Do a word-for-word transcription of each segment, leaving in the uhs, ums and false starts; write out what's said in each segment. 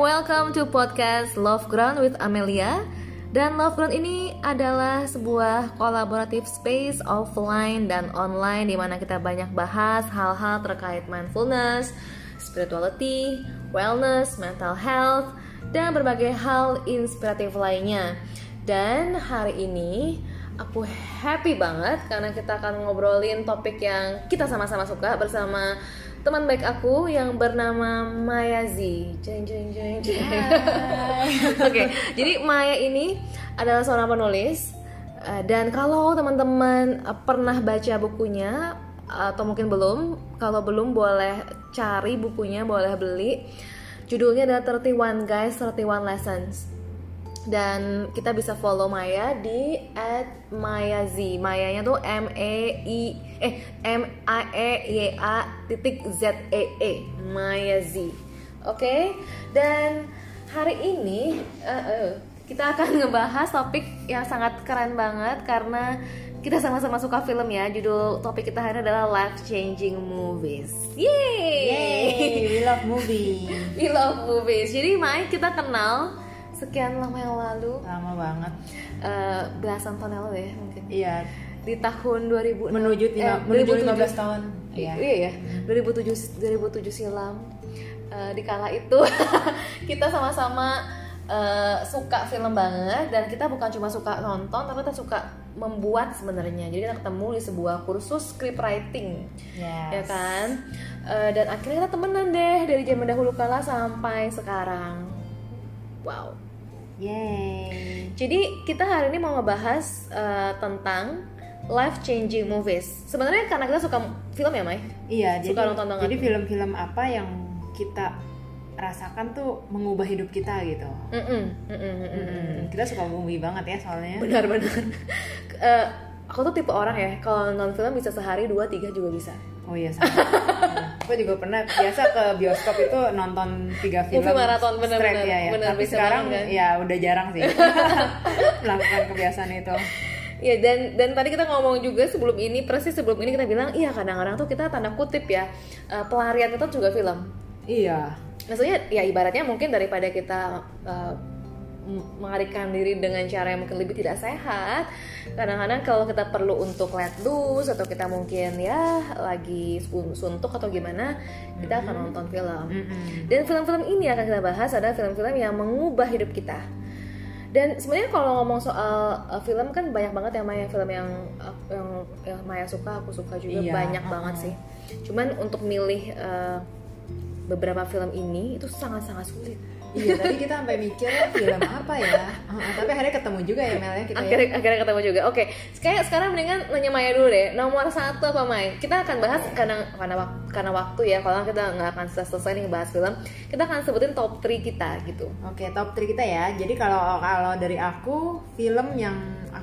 welcome to podcast Love Ground with Amelia. Dan Love Ground ini adalah sebuah kolaboratif space offline dan online di mana kita banyak bahas hal-hal terkait mindfulness, spirituality, wellness, mental health, dan berbagai hal inspiratif lainnya. Dan hari ini aku happy banget karena kita akan ngobrolin topik yang kita sama-sama suka bersama teman baik aku yang bernama Maya Z. Jeng jeng jeng jeng. Oke, jadi Maya ini adalah seorang penulis dan kalau teman-teman pernah baca bukunya atau mungkin belum, kalau belum boleh cari bukunya, boleh beli. Judulnya adalah thirty one Guys, thirty one Lessons. Dan kita bisa follow Maya di at Maya Z. Mayanya tuh M E I eh M A E Y A titik Z E E Maya Z. Oke, okay? Dan hari ini uh, uh, kita akan ngebahas topik yang sangat keren banget karena kita sama-sama suka film ya. Judul topik kita hari ini adalah life changing movies. Yeay, Yeay, we love movie. We love movies. Jadi Maya kita kenal sekian lama yang lalu, lama banget, uh, belasan tahun yang lalu ya mungkin. Iya. Di tahun dua ribu menuju eh, menuju lima belas tahun. Iya. Iya ya. Hmm. dua ribu tujuh dua ribu tujuh silam. Uh, di kala itu kita sama-sama uh, suka film banget dan kita bukan cuma suka nonton tapi kita suka membuat sebenarnya. Jadi kita ketemu di sebuah kursus script writing. Yes. Ya kan? Uh, dan akhirnya kita temenan deh dari zaman dahulu kala sampai sekarang. Wow. Yay. Jadi kita hari ini mau ngebahas uh, tentang life changing movies. Sebenarnya karena kita suka film ya, Mai? Iya, suka jadi, nonton nonton. Jadi film-film apa yang kita rasakan tuh mengubah hidup kita gitu. Mm-mm, mm-mm, mm-mm. Mm, kita suka movie banget ya soalnya. Benar-benar. uh, aku tuh tipe orang ya, kalau nonton film bisa sehari dua tiga juga bisa. Oh iya sama. Aku juga pernah biasa ke bioskop itu nonton tiga film. Movie maraton benar-benar. Ya, ya. Benar, tapi sekarang kan? ya udah jarang sih melakukan kebiasaan itu. Ya dan dan tadi kita ngomong juga sebelum ini, persis sebelum ini kita bilang iya kadang-kadang tuh kita tanda kutip ya uh, pelarian itu juga film. Iya. Maksudnya ya ibaratnya mungkin daripada kita uh, mengalihkan diri dengan cara yang mungkin lebih tidak sehat, kadang-kadang kalau kita perlu untuk let loose atau kita mungkin ya lagi suntuk atau gimana, kita akan nonton film. Mm-hmm. Dan film-film ini akan kita bahas adalah film-film yang mengubah hidup kita. Dan sebenarnya kalau ngomong soal uh, film kan banyak banget yang Maya film yang uh, yang, yang Maya suka, aku suka juga iya, banyak uh-huh. banget sih. Cuman untuk milih uh, beberapa film ini itu sangat-sangat sulit. Iya, tadi kita sampai mikir film apa ya. Uh, tapi akhirnya ketemu juga ya Mel ya kita. Akhirnya, ya. akhirnya ketemu juga. Oke, sekarang sekarang mendingan nanya Maya dulu deh. Nomor satu apa Maya? Kita akan bahas karena karena karena waktu ya. Kalau kita nggak akan selesai nih bahas film, kita akan sebutin top tiga kita gitu. Oke, top tiga kita ya. Jadi kalau kalau dari aku film yang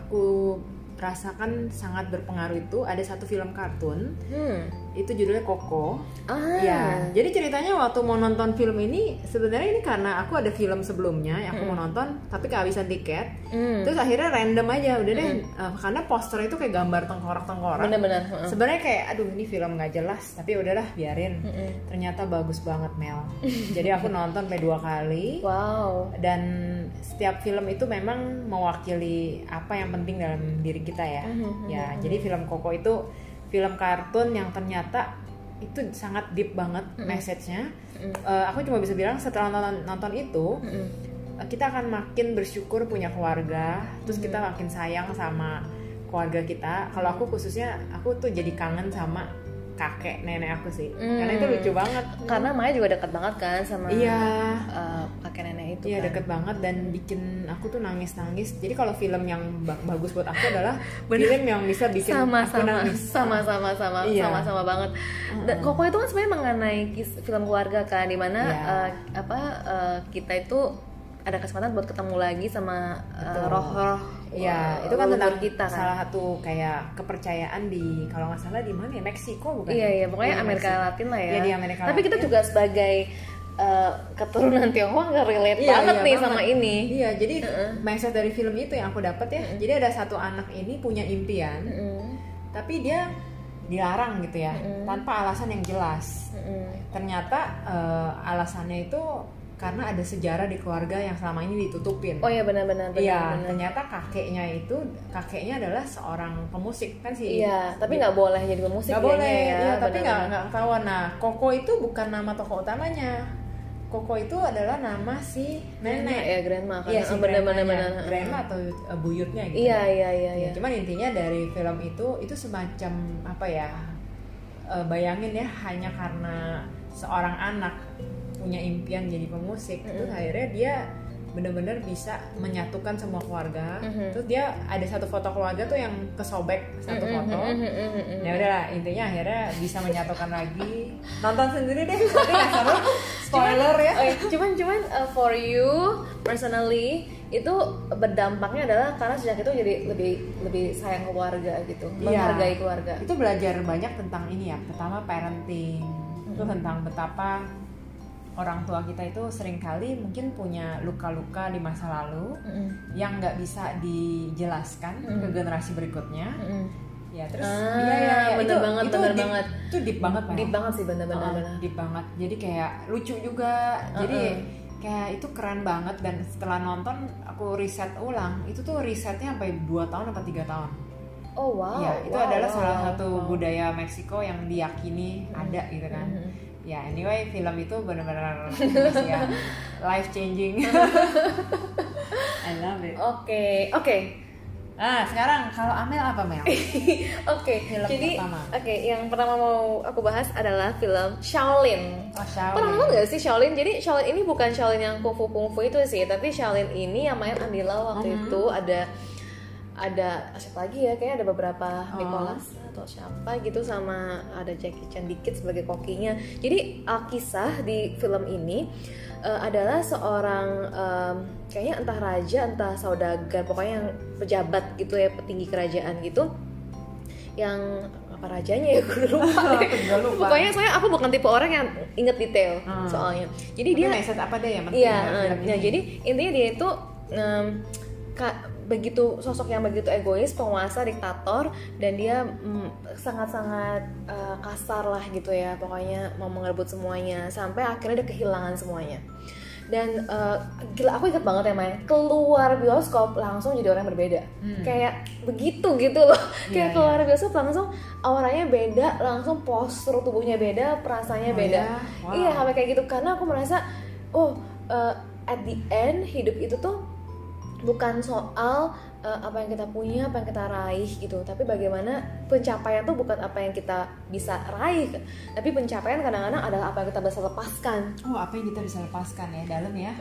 aku rasakan sangat berpengaruh itu ada satu film kartun. Hmm. Itu judulnya Coco. Ah. Ya, jadi ceritanya waktu mau nonton film ini sebenarnya ini karena aku ada film sebelumnya yang aku mm. mau nonton tapi kehabisan tiket. Mm. Terus akhirnya random aja udah deh mm. uh, karena poster itu kayak gambar tengkorak-tengkorak. Bener-bener. Uh. Sebenarnya kayak aduh ini film nggak jelas tapi udahlah biarin. Mm-mm. Ternyata bagus banget Mel. Jadi aku nonton sampai dua kali. Wow. Dan setiap film itu memang mewakili apa yang penting dalam diri kita ya. Mm-hmm. Ya, mm-hmm. Jadi film Coco itu film kartun yang ternyata itu sangat deep banget mm-hmm. message-nya. Mm-hmm. Uh, aku cuma bisa bilang setelah nonton, nonton itu mm-hmm. uh, kita akan makin bersyukur punya keluarga, terus mm-hmm. kita makin sayang sama keluarga kita. Kalau aku khususnya aku tuh jadi kangen sama kakek nenek aku sih, mm. karena itu lucu banget. Karena Maya juga dekat banget kan sama iya. uh, kakek nenek itu. Iya kan? deket banget dan bikin aku tuh nangis-nangis. Jadi kalau film yang ba- bagus buat aku adalah Bener. film yang bisa bikin sama, aku sama, nangis. Sama-sama sama iya. sama-sama banget. Uh-uh. Dan Coco itu kan sebenarnya mengenai film keluarga kan, dimana yeah. uh, apa uh, kita itu ada kesempatan buat ketemu lagi sama uh, roh-roh. Iya, itu kan tentang kita kan. Salah satu kayak kepercayaan di kalau nggak salah di mana ya, Meksiko bukan? Iya iya, pokoknya ya, Amerika Meksiko. Latin lah ya. Iya di Amerika Tapi Latin. kita juga sebagai uh, keturunan Tionghoa nggak relate iya, banget iya, nih banget. sama ini. Iya, jadi uh-uh. message dari film itu yang aku dapat ya. Uh-uh. Jadi ada satu anak ini punya impian, uh-uh. tapi dia dilarang gitu ya, uh-uh. tanpa alasan yang jelas. Uh-uh. Ternyata uh, alasannya itu karena ada sejarah di keluarga yang selama ini ditutupin. Oh iya benar-benar. Iya, ternyata kakeknya itu kakeknya adalah seorang pemusik kan sih. Iya, tapi nggak boleh jadi pemusik. Nggak boleh, ya, ya, tapi nggak nggak ketahuan. Nah, Koko itu bukan nama tokoh utamanya. Koko itu adalah nama si nenek. Ya, grandma kan. Iya, si benar-benar. Grandma atau uh, buyutnya gitu. Iya, iya, iya, iya. Cuman intinya dari film itu itu semacam apa ya? Uh, bayangin ya, hanya karena seorang anak punya impian jadi pemusik, mm-hmm. terus akhirnya dia benar-benar bisa menyatukan semua keluarga. Mm-hmm. Terus dia ada satu foto keluarga tuh yang kesobek satu foto. Mm-hmm. Ya udahlah, intinya akhirnya bisa menyatukan lagi. Nonton sendiri deh, nanti nggak seru. Spoiler cuman, ya. Oh, cuman cuman uh, for you personally itu berdampaknya adalah karena sejak itu jadi lebih lebih sayang keluarga gitu, menghargai ya, keluarga. Itu belajar banyak tentang ini ya, pertama parenting, mm-hmm. itu tentang betapa orang tua kita itu seringkali mungkin punya luka-luka di masa lalu mm-hmm. yang nggak bisa dijelaskan mm-hmm. ke generasi berikutnya. Mm-hmm. Ya terus ah, iya ya, ya bener itu, banget, itu bener deep, banget. Itu deep banget Deep Deep banget sih bener-bener. Uh, deep banget. Jadi kayak lucu juga. Uh-uh. Jadi kayak itu keren banget, dan setelah nonton aku riset ulang, itu tuh risetnya sampai dua tahun atau tiga tahun. Oh wow. Ya, itu wow, adalah wow, salah wow, satu wow. budaya Meksiko yang diyakini mm-hmm. ada gitu kan. Mm-hmm. Ya, anyway, film itu benar-benar ya, life changing. I love it. Oke, okay. oke. Okay. Nah, sekarang kalau Amel apa Mel? Oke, okay. Jadi oke, okay, yang pertama mau aku bahas adalah film Shaolin. Oh, Shaolin. Pernah nonton nggak sih Shaolin? Jadi Shaolin ini bukan Shaolin yang kungfu kungfu itu sih, tapi Shaolin ini yang main Andy Lau waktu uh-huh. itu ada ada siapa lagi ya, kayaknya ada beberapa oh. Nicholas atau siapa gitu, sama ada Jackie Chan dikit sebagai kokinya. Jadi uh, kisah di film ini uh, adalah seorang um, kayaknya entah raja entah saudagar, pokoknya yang pejabat gitu ya, petinggi kerajaan gitu, yang apa rajanya ya gue lupa, lupa. Pokoknya saya aku bukan tipe orang yang inget detail hmm. soalnya. Jadi tapi dia message apa deh ya? Iya, nah, jadi intinya dia itu um, ka, begitu sosok yang begitu egois, penguasa, diktator, dan dia mm, sangat-sangat uh, kasar lah gitu ya, pokoknya mau mengerebut semuanya sampai akhirnya dia kehilangan semuanya. Dan uh, gila, aku ingat banget ya Mai, keluar bioskop langsung jadi orang yang berbeda, hmm. kayak begitu gitu loh, kayak yeah, keluar yeah. bioskop langsung auranya beda, langsung postur tubuhnya beda, perasaannya oh, beda, yeah? Wow. Iya sampai kayak gitu, karena aku merasa oh uh, at the end hidup itu tuh bukan soal uh, apa yang kita punya, apa yang kita raih gitu, tapi bagaimana pencapaian tuh bukan apa yang kita bisa raih, tapi pencapaian kadang-kadang adalah apa yang kita bisa lepaskan. Oh, apa yang kita bisa lepaskan ya, dalam ya.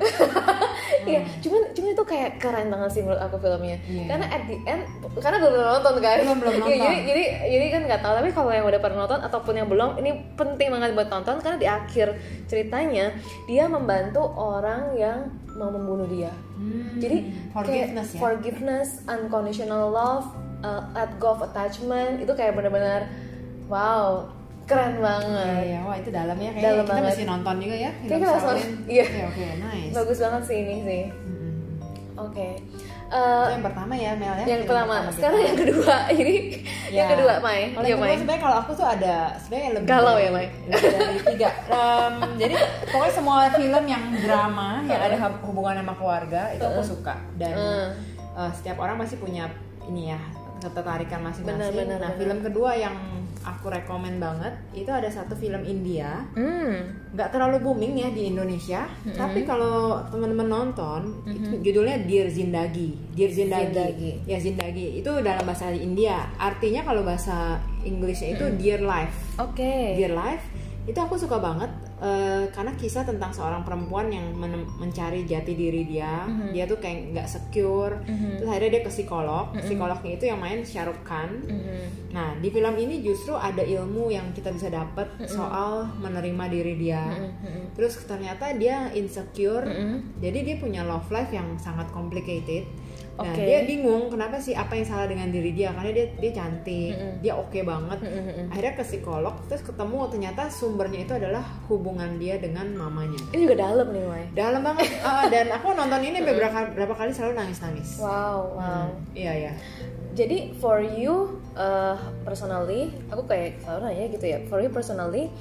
Iya, hmm. cuman cuman itu kayak keren banget sih menurut aku filmnya. Yeah. Karena at the end, karena belum nonton kan. Belum belum nonton. Ya, jadi jadi jadi kan nggak tahu, tapi kalau yang udah pernah nonton ataupun yang belum, ini penting banget buat nonton, karena di akhir ceritanya dia membantu orang yang mau membunuh dia. Hmm. Jadi forgiveness ya. Forgiveness, unconditional love, uh, let go of attachment, itu kayak benar-benar wow, keren banget. Iya, wah itu dalamnya kayak dalam kita banget. Mesti nonton juga ya. Kayak kita nonton. Iya. Oke, oke, nice. Bagus banget sih ini sih. Mm-hmm. Oke. Okay. Uh, yang pertama ya Mel ya. Yang pertama. Sekarang yang kedua. Ini ya. Yang kedua, Mai. Kalau yang kedua sebenarnya kalau aku tuh ada sebenarnya lebih galau ya, Mai. Dari tiga. Um, jadi pokoknya semua film yang drama yang ada hubungan sama keluarga itu aku suka, dan uh. Uh, setiap orang masih punya ini ya ketertarikan masing-masing. Bener, bener, nah, bener. Film kedua yang aku rekomen banget itu ada satu film India, mm. nggak terlalu booming ya di Indonesia, mm-hmm. tapi kalau teman-teman nonton, mm-hmm. itu judulnya Dear Zindagi, Dear Zindagi. Zindagi, ya Zindagi itu dalam bahasa India, artinya kalau bahasa Inggrisnya itu mm. Dear Life. Oke. Okay. Dear Life itu aku suka banget uh, karena kisah tentang seorang perempuan yang men- mencari jati diri dia, mm-hmm. dia tuh kayak nggak secure, mm-hmm. terus akhirnya dia ke psikolog, mm-hmm. psikolognya itu yang main Shah Rukh Khan. Mm-hmm. Nah di film ini justru ada ilmu yang kita bisa dapat mm-hmm. soal menerima diri dia, mm-hmm. terus ternyata dia insecure, mm-hmm. jadi dia punya love life yang sangat complicated. Nah okay. dia bingung kenapa sih, apa yang salah dengan diri dia, karena dia dia cantik, mm-hmm. dia oke okay banget. Mm-hmm. Akhirnya ke psikolog, terus ketemu ternyata sumbernya itu adalah hubungan dia dengan mamanya. Ini juga dalam nih, Mai. Dalam banget. uh, dan aku nonton ini beberapa berapa kali selalu nangis-nangis. Wow, wow. Hmm, iya ya. Jadi for you uh, personally, aku kayak selalu nanya gitu ya. For you personally,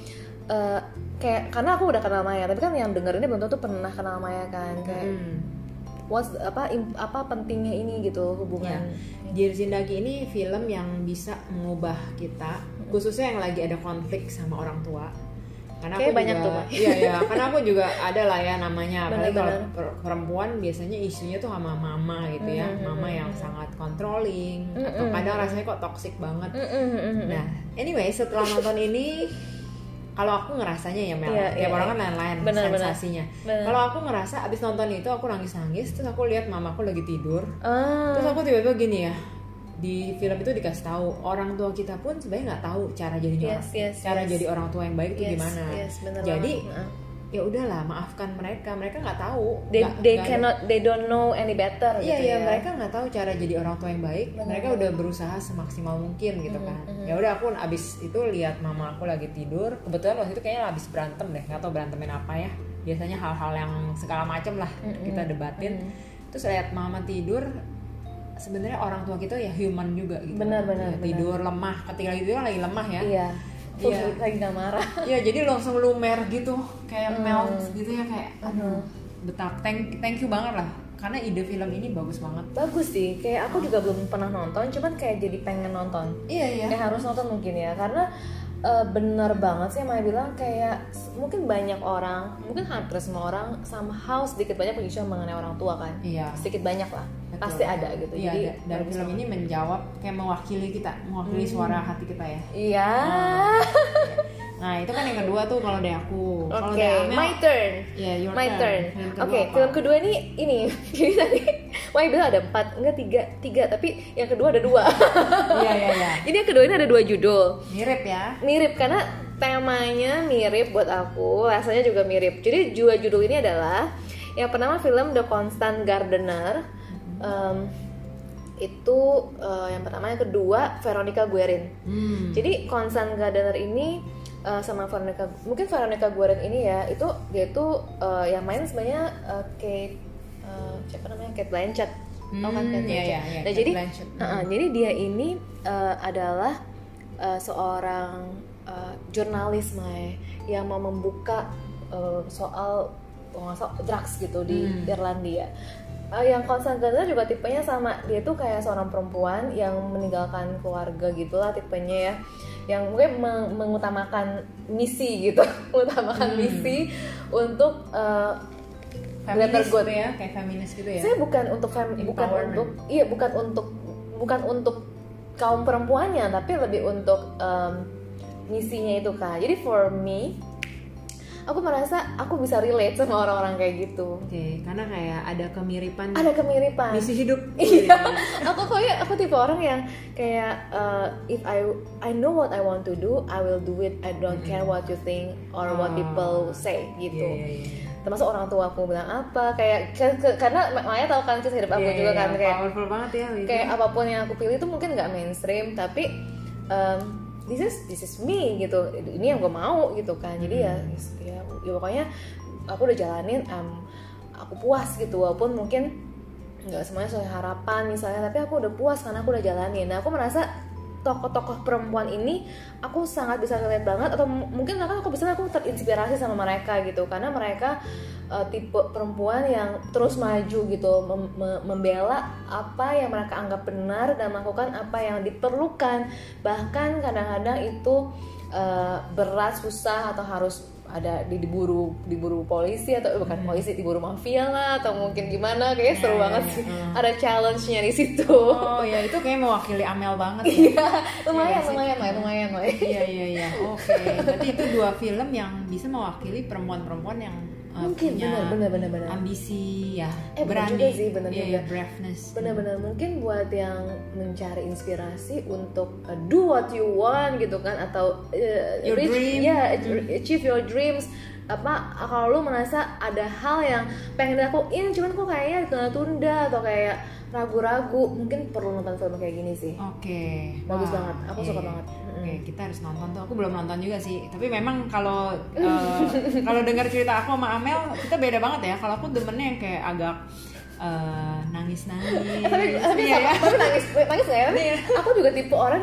uh, kayak karena aku udah kenal Maya, tapi kan yang denger ini belum tentu pernah kenal Maya kan, kayak hmm. what's apa apa pentingnya ini gitu hubungan. Ya. Dear Zindagi ini film yang bisa mengubah kita, khususnya yang lagi ada konflik sama orang tua. Karena kayak aku banyak juga, tuh, iya ya, karena aku juga ada lah ya namanya, apalagi kalau bener-bener. perempuan biasanya isunya tuh sama mama gitu ya, mm-hmm. mama yang sangat controlling, mm-hmm. atau kadang rasanya kok toxic banget. Mm-hmm. Nah, anyway setelah nonton ini, kalau aku ngerasanya ya Mel, yeah, tiap yeah, orang kan lain-lain bener, sensasinya. Kalau aku ngerasa abis nonton itu aku nangis-nangis, terus aku lihat mamaku lagi tidur, ah. terus aku tiba-tiba gini ya. Di film itu dikasih tahu orang tua kita pun sebenarnya nggak tahu cara jadi yes, orang, yes, cara yes. jadi orang tua yang baik itu yes, gimana. Yes, jadi ya udahlah maafkan mereka, mereka nggak tahu. They, gak, they gak cannot, ada, they don't know any better. Iya gitu iya ya. mereka nggak tahu cara jadi orang tua yang baik. Bener, mereka udah berusaha semaksimal mungkin gitu kan. Mm-hmm. Ya udah aku abis itu lihat mama aku lagi tidur. Kebetulan waktu itu kayaknya abis berantem deh, nggak tahu berantemin apa ya. Biasanya hal-hal yang segala macem lah mm-hmm. kita debatin. Mm-hmm. Terus lihat mama tidur. Sebenarnya orang tua kita ya human juga gitu. Benar-benar ya, tidur benar. Lemah, ketika lagi tidur lagi lemah ya. Iya. Iya. Lagi nggak marah. Iya, jadi langsung lumer gitu, kayak mm. melt gitu ya kayak. Aduh. Betap, thank, thank you banget lah. Karena ide film ini bagus banget. Bagus sih, kayak aku juga belum pernah nonton, cuman kayak jadi pengen nonton. Iya iya. Kayak harus nonton mungkin ya, karena uh, bener banget sih Maya bilang kayak mungkin banyak orang, mungkin hampir semua orang somehow sedikit banyak isu mengenai orang tua kan. Iya. Sedikit banyak lah. Betul. Pasti ada gitu. Iya, jadi ada. Dan film ini menjawab kayak mewakili kita, mewakili hmm. suara hati kita ya. Iya. Nah, nah itu kan yang kedua tuh kalau dari aku. Oke, okay. my turn. Yeah, your my turn. turn. Oke, okay, film kedua ini ini. Jadi tadi Maya bilang ada empat, enggak tiga, tiga, tapi yang kedua ada dua. Iya iya iya. Ini yang kedua ini ada dua judul. Mirip ya? Mirip karena temanya mirip buat aku, rasanya juga mirip. Jadi dua judul ini adalah yang pertama film The Constant Gardener. Um, itu uh, yang pertama, yang kedua Veronica Guerin. Hmm. Jadi Constant Gardener ini uh, sama Veronica, mungkin Veronica Guerin ini ya, itu dia itu uh, yang main sebenarnya uh, Kate uh, siapa namanya Kate Blanchett. Hmm, oh kan Kate Blanchett. Iya, iya, iya, nah, Kate jadi Blanchett. Uh, uh, jadi dia ini uh, adalah uh, seorang uh, jurnalis Mai yang mau membuka uh, soal oh, soal drugs gitu di hmm. Irlandia. Uh, yang Constant Gardener juga tipenya sama, dia tuh kayak seorang perempuan yang meninggalkan keluarga gitulah tipenya ya, yang mungkin meng- mengutamakan misi gitu, mengutamakan hmm. misi untuk uh, feminis gitu ya, kayak feminis gitu ya. Saya bukan untuk fem- bukan untuk iya bukan untuk bukan untuk kaum perempuannya, tapi lebih untuk um, misinya itu kan. Jadi for me, aku merasa aku bisa relate sama orang-orang kayak gitu. Oke, okay, karena kayak ada kemiripan. Ada kemiripan. Misi hidup. Iya. aku kayak aku tipe orang yang kayak uh, if I I know what I want to do, I will do it. I don't mm-hmm. care what you think or oh. what people say gitu. Yeah, yeah, yeah. Termasuk orang tua aku bilang apa, kayak ke, ke, karena Maya tahu kan kisah hidup aku yeah, juga kan yeah, kayak powerful banget ya. Gitu. Kayak apapun yang aku pilih itu mungkin nggak mainstream, tapi um, this is this is me gitu, ini yang gue mau gitu kan. Jadi ya, ya, ya pokoknya aku udah jalanin, um, aku puas gitu, walaupun mungkin nggak semuanya sesuai harapan misalnya, tapi aku udah puas karena aku udah jalanin. Nah aku merasa tokoh-tokoh perempuan ini aku sangat bisa relate banget, atau m- mungkin bahkan aku bisa aku terinspirasi sama mereka gitu, karena mereka uh, tipe perempuan yang terus maju gitu, mem- mem- membela apa yang mereka anggap benar dan melakukan apa yang diperlukan, bahkan kadang-kadang itu uh, berat, susah, atau harus ada di diburu diburu polisi atau eh, bukan polisi, diburu mafia lah, atau mungkin gimana, kayaknya seru yeah, banget yeah, sih yeah. Ada challenge-nya di situ. Oh ya, itu kayak mewakili Amel banget. Iya, lumayan, lumayan, lumayan, lumayan, lumayan. Iya iya iya. Oke, berarti itu dua film yang bisa mewakili perempuan-perempuan yang uh, mungkin punya benar, benar, benar, benar. ambisi ya, eh, berani juga sih, benar yeah, juga. Yeah, braveness. Benar-benar mungkin buat yang mencari inspirasi untuk uh, do what you want gitu kan, atau uh, your reach, dream, ya yeah, achieve your dreams. Apa kalau lu merasa ada hal yang pengen dilakuin cuman kok kayaknya ditunda-tunda atau kayak ragu-ragu, mungkin perlu nonton film kayak gini sih. Oke, okay. Bagus wow. banget, aku yeah. suka banget. Oke, okay, kita harus nonton tuh. Aku belum nonton juga sih. Tapi memang kalau uh, kalau dengar cerita aku sama Amel, kita beda banget ya. Kalau aku demennya yang kayak agak uh, nangis-nangis. Eh, tapi tapi, iya, sama, ya? tapi nangis nangis nggak ya? Aku juga tipe orang yang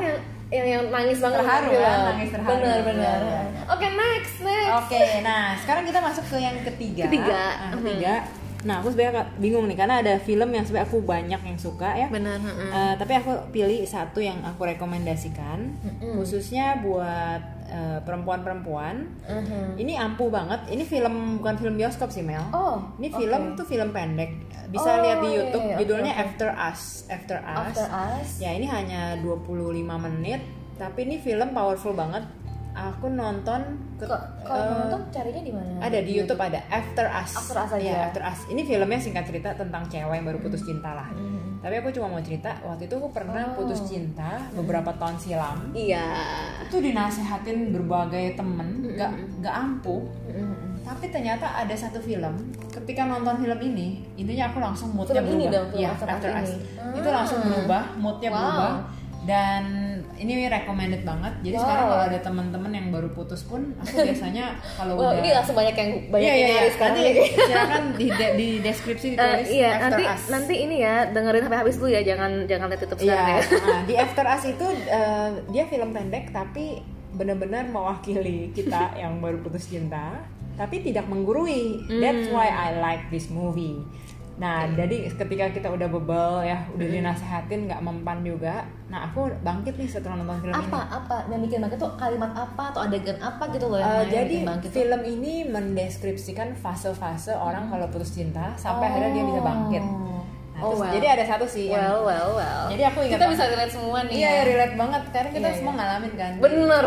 yang yang nangis banget terharu film. kan, nangis terharu. Benar benar. Ya, ya. Oke, next next. Oke, nah sekarang kita masuk ke yang ketiga. Ketiga. Nah, ketiga. Nah, aku sebenarnya bingung nih karena ada film yang sebenarnya aku banyak yang suka ya. Benar. Uh, tapi aku pilih satu yang aku rekomendasikan, mm-hmm. khususnya buat uh, perempuan-perempuan. Mm-hmm. Ini ampuh banget. Ini film bukan film bioskop sih Mel. Oh. Ini film okay. tuh film pendek. Bisa oh, lihat di YouTube. Iya, iya. Judulnya okay. After Us. After Us. After Us. Ya ini hanya dua puluh lima menit. Tapi ini film powerful banget. Aku nonton ke, kalau uh, nonton carinya di mana? Ada di YouTube, ada After Us. After Us aja. Ya, After Us. Ini filmnya singkat cerita tentang cewek yang baru putus cinta lah. Mm. Tapi aku cuma mau cerita waktu itu aku pernah oh. putus cinta beberapa tahun silam. Iya. Itu dinasehatin berbagai temen, nggak mm. nggak ampuh. Mm. Tapi ternyata ada satu film. Ketika nonton film ini, intinya aku langsung moodnya film berubah. Ini dong, ya, After, After Us. Us. Ah. Itu langsung berubah, moodnya wow. berubah. Dan ini recommended banget. Jadi wow. sekarang kalau ada teman-teman yang baru putus pun, aku biasanya kalau wow, udah ini langsung banyak yang banyak iya, yang iya, nyari sekarang. Nanti silakan di, de, di deskripsi ditulis uh, iya, After nanti, Us. Nanti ini ya dengerin sampai habis dulu ya, jangan jangan lihat tutup sekarang iya, ya. Nah, di After Us itu uh, dia film pendek tapi benar-benar mewakili kita yang baru putus cinta, tapi tidak menggurui. Mm. That's why I like this movie. Nah, okay. jadi ketika kita udah bebel ya, udah mm. dinasehatin nggak mempan juga. Nah, aku bangkit nih setelah nonton film apa, ini. Apa? Apa? Yang bikin bangkit tuh kalimat apa atau adegan apa gitu loh yang uh, Jadi bangkit film tuh? Ini mendeskripsikan fase-fase mm. orang kalau putus cinta sampai oh. akhirnya dia bisa bangkit. Nah, oh, terus, well. Jadi ada satu sih well, yang, well, well. Jadi aku ingat kita bisa relate semua nih. Iya, ya. relate banget karena kita iya, semua iya. ngalamin kan. Bener.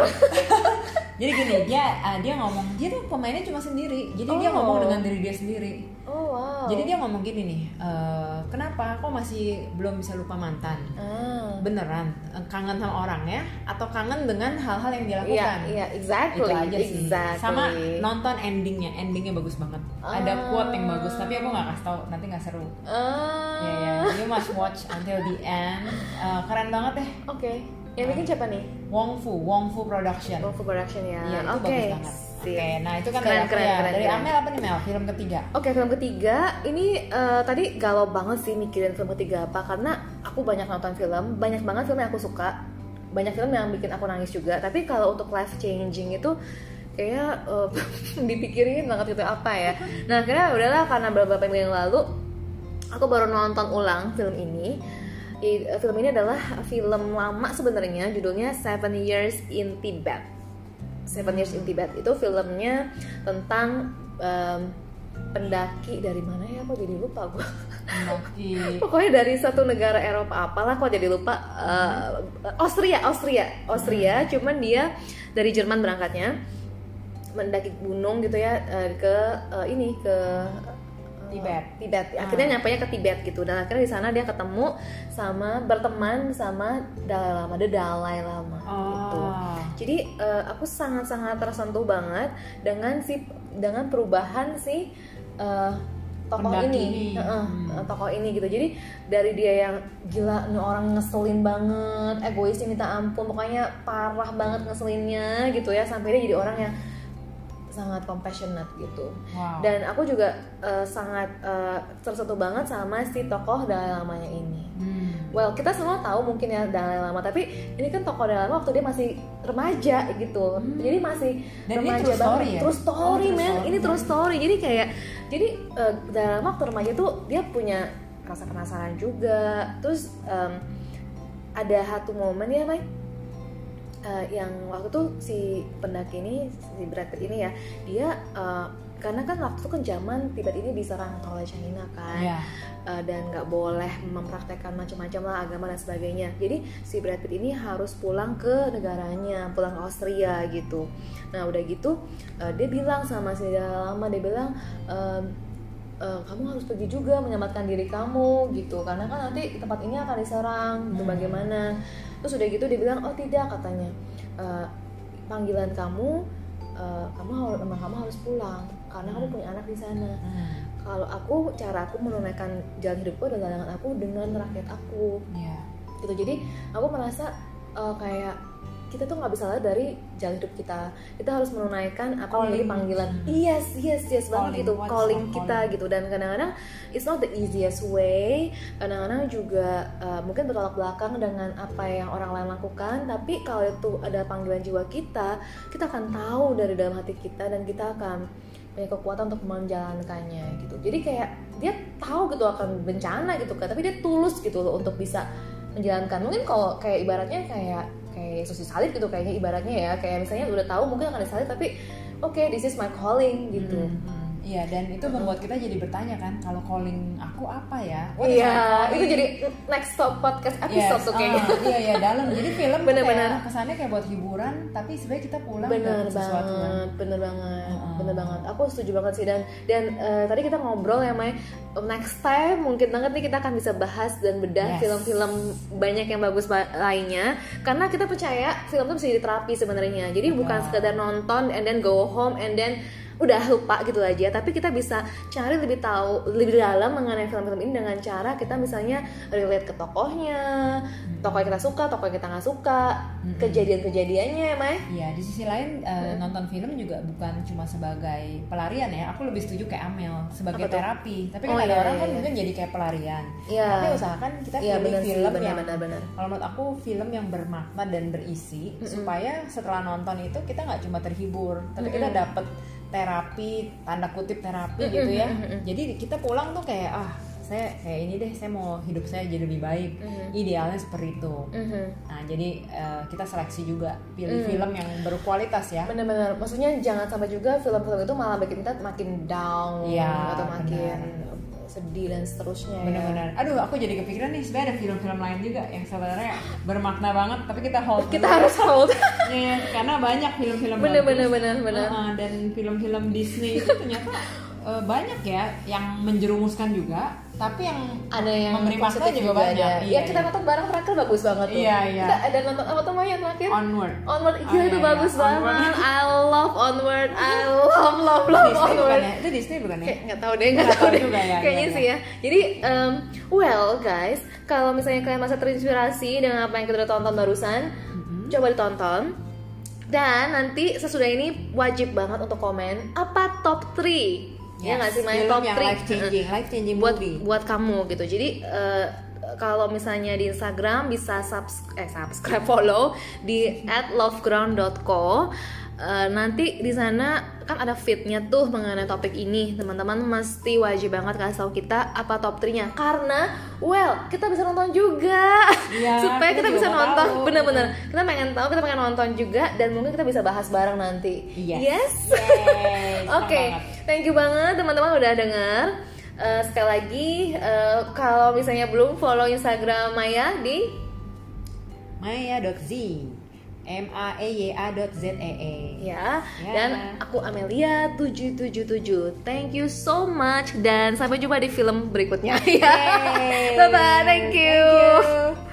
Jadi gini, dia uh, dia ngomong, dia tuh pemainnya cuma sendiri. Jadi oh. dia ngomong dengan diri dia sendiri. Oh wow. Jadi dia ngomong gini nih, e, kenapa kok masih belum bisa lupa mantan? Ah. Beneran kangen sama orang ya? Atau kangen dengan hal-hal yang dilakukan? Iya, iya, exactly. Itu aja sih. Exactly. Sama nonton endingnya, endingnya bagus banget. Ah. Ada quote yang bagus, tapi aku nggak kasih tau, nanti nggak seru. Ah. Ya ya, you must watch until the end. Uh, keren banget deh. Oke. Okay. Yang bikin siapa nih? Wong Fu, Wong Fu Production. Wong Fu Production ya. Iya, itu okay. bagus banget. Oke, okay, nah itu kan keren, dari keren, ya. keren, Dari keren. Amel apa nih Mel? Film ketiga. Oke, okay, film ketiga ini uh, tadi galau banget sih mikirin film ketiga apa karena aku banyak nonton film, banyak banget film yang aku suka, banyak film yang bikin aku nangis juga. Tapi kalau untuk life changing itu kayak uh, dipikirin banget gitu apa ya. Nah, akhirnya udahlah karena beberapa minggu yang lalu aku baru nonton ulang film ini. I, film ini adalah film lama sebenarnya, judulnya Seven Years in Tibet. Seven Years in Tibet itu filmnya tentang um, pendaki dari mana ya? Kok jadi lupa gue. Pendaki. Pokoknya dari satu negara Eropa apalah, kok jadi lupa. Uh, Austria, Austria, Austria. Hmm. Cuman dia dari Jerman berangkatnya, mendaki gunung gitu ya uh, ke uh, ini ke Tibet. Tibet. Akhirnya hmm. nyampainya ke Tibet gitu. Dan akhirnya di sana dia ketemu sama berteman sama Dalai Lama, The Dalai Lama oh. gitu. Jadi uh, aku sangat-sangat tersentuh banget dengan si dengan perubahan si uh, tokoh Pendaki ini, ini. Uh, Hmm. tokoh ini gitu. Jadi dari dia yang gila, nih orang ngeselin banget, egoisnya minta ampun, pokoknya parah banget ngeselinnya gitu ya, sampai dia jadi orang yang sangat compassionate gitu. Wow. Dan aku juga uh, sangat uh, tersentuh banget sama si tokoh Dalai Lamanya ini. Hmm. Well, kita semua tahu mungkin ya Dalai Lama, tapi ini kan tokoh Dalai Lama waktu dia masih remaja gitu. Hmm. Jadi masih dan remaja true banget. Story, ya? True story, oh, man. Story. Ini true story. Jadi kayak jadi uh, Dalai Lama waktu remaja tuh dia punya rasa penasaran juga. Terus um, ada satu momen ya, Mike. Uh, yang waktu tuh si pendaki ini, si Brad Pitt ini ya, dia uh, karena kan waktu itu kan zaman Tibet ini diserang oleh China kan, yeah. uh, dan nggak boleh mempraktekkan macam-macam lah agama dan sebagainya. Jadi si Brad Pitt ini harus pulang ke negaranya, pulang ke Austria gitu. Nah udah gitu uh, dia bilang sama si Dalai Lama, dia bilang uh, uh, kamu harus pergi juga menyelamatkan diri kamu gitu, karena kan nanti tempat ini akan diserang, gitu hmm. bagaimana. Terus udah gitu dia bilang, oh tidak katanya, uh, panggilan kamu, uh, kamu harus, emang kamu harus pulang karena kamu punya anak di sana. Hmm. Kalau aku, cara aku menunaikan jalan hidupku adalah dengan aku dengan rakyat aku. Yeah. Gitu. Jadi aku merasa uh, kayak kita tuh nggak bisa lihat dari jalan hidup kita. Kita harus menunaikan apa yang menjadi panggilan. Hmm. Yes, yes, yes banget gitu, What's calling calling? kita gitu. Dan kadang-kadang it's not the easiest way. Kadang-kadang juga uh, mungkin bertolak belakang dengan apa yang orang lain lakukan. Tapi kalau itu ada panggilan jiwa kita, kita akan tahu dari dalam hati kita dan kita akan punya kekuatan untuk menjalankannya gitu. Jadi kayak dia tahu gitu akan bencana gitu kan, tapi dia tulus gitu loh untuk bisa menjalankan. Mungkin kalau kayak ibaratnya kayak kayak Yesus disalib gitu kayaknya ibaratnya ya, kayak misalnya udah tahu mungkin akan disalib tapi oke okay, this is my calling gitu. Hmm. Iya, dan itu membuat kita jadi bertanya kan, kalau calling aku apa ya? Iya, itu jadi next top podcast episode yes, tuh kayaknya. Uh, iya, iya, dalam. Jadi film bener-bener kayak kesannya kayak buat hiburan, tapi sebenarnya kita pulang bener dapet sesuatu banget, kan. bener banget, Uh-uh. bener banget. Aku setuju banget sih dan dan uh, tadi kita ngobrol ya Mai, next time mungkin banget nih kita akan bisa bahas dan bedah Yes. film-film banyak yang bagus ba- lainnya, karena kita percaya film itu bisa jadi terapi sebenarnya. Jadi bukan Betul. sekedar nonton and then go home and then udah lupa gitu aja, tapi kita bisa cari lebih tahu lebih dalam mengenai film-film ini dengan cara kita misalnya relate ke tokohnya, tokoh yang kita suka, tokoh yang kita nggak suka, Mm-mm. kejadian-kejadiannya ya Mai. Iya, di sisi lain uh, nonton film juga bukan cuma sebagai pelarian ya. Aku lebih setuju kayak Amel sebagai Apa tuh? terapi. Tapi kan Oh, ada iya, orang iya, kan iya. mungkin jadi kayak pelarian. Iya. Tapi usahakan kita Iya, pilih benar sih, film benar, yang benar, benar. kalau menurut aku film yang bermakna dan berisi, Mm-mm. supaya setelah nonton itu kita nggak cuma terhibur, tapi kita Mm-mm. dapet terapi, tanda kutip terapi Mm-mm, gitu ya. mm-mm. Jadi kita pulang tuh kayak ah saya kayak ini deh, saya mau hidup saya jadi lebih baik. Mhm. Idealnya seperti itu. Mhm. Nah, jadi uh, kita seleksi juga pilih Mm. film yang berkualitas ya. Bener-bener, maksudnya jangan sampai juga film-film itu malah bikin kita makin down Iya, atau makin benar. sedih dan seterusnya. Benar-benar. Aduh, aku jadi kepikiran nih, sebenarnya ada film-film lain juga yang sebenarnya bermakna banget, tapi kita hold. Ya. Kita dulu. harus hold. Ya, karena banyak film-film Bener, bagus. bener, bener, bener. Uh, dan film-film Disney itu ternyata uh, banyak ya yang menjerumuskan juga, tapi yang Ada yang memberi makna positif juga banyak. ada. Iya, Ya kita iya. nonton bareng terakhir bagus banget tuh. Iya, iya. Kita ada nonton apa tuh Maya terakhir? Onward. Onward, Oh, gila iya, itu iya. bagus banget. Onward. I love Onward, I love love love Disney bukan Onward. ya? Itu Disney bukan ya? Kayak nggak tahu deh, nggak Nggak tahu tahu deh. juga ya, Kayaknya iya, sih ya. Jadi, um, well guys, kalau misalnya kalian merasa terinspirasi dengan apa yang kita udah tonton barusan, Mhm. coba ditonton. Dan nanti sesudah ini wajib banget untuk komen apa top tiga. Ya nggak sih, main film top yang tiga life changing, life changing buat movie. buat kamu gitu. Jadi uh, kalau misalnya di Instagram bisa subs eh subscribe follow di at loveground dot co. Uh, nanti di sana kan ada feednya tuh mengenai topik ini. Teman-teman mesti wajib banget kasih tahu kita apa top tiga-nya, karena well kita bisa nonton juga. Iya, Supaya kita, kita juga bisa mau nonton tahu. bener-bener. Kita pengen tahu, kita pengen nonton juga, dan mungkin kita bisa bahas bareng nanti. Yes. Yes. Yeay, senang Oke, banget. thank you banget teman-teman udah denger. Uh, sekali lagi, uh, kalau misalnya belum follow Instagram Maya di Maya.z M A E Y A dot Z E E. ya, Ya. dan aku Amelia tujuh tujuh tujuh. Thank you so much dan sampai jumpa di film berikutnya ya. Yeay. Bye bye, thank you. Thank you.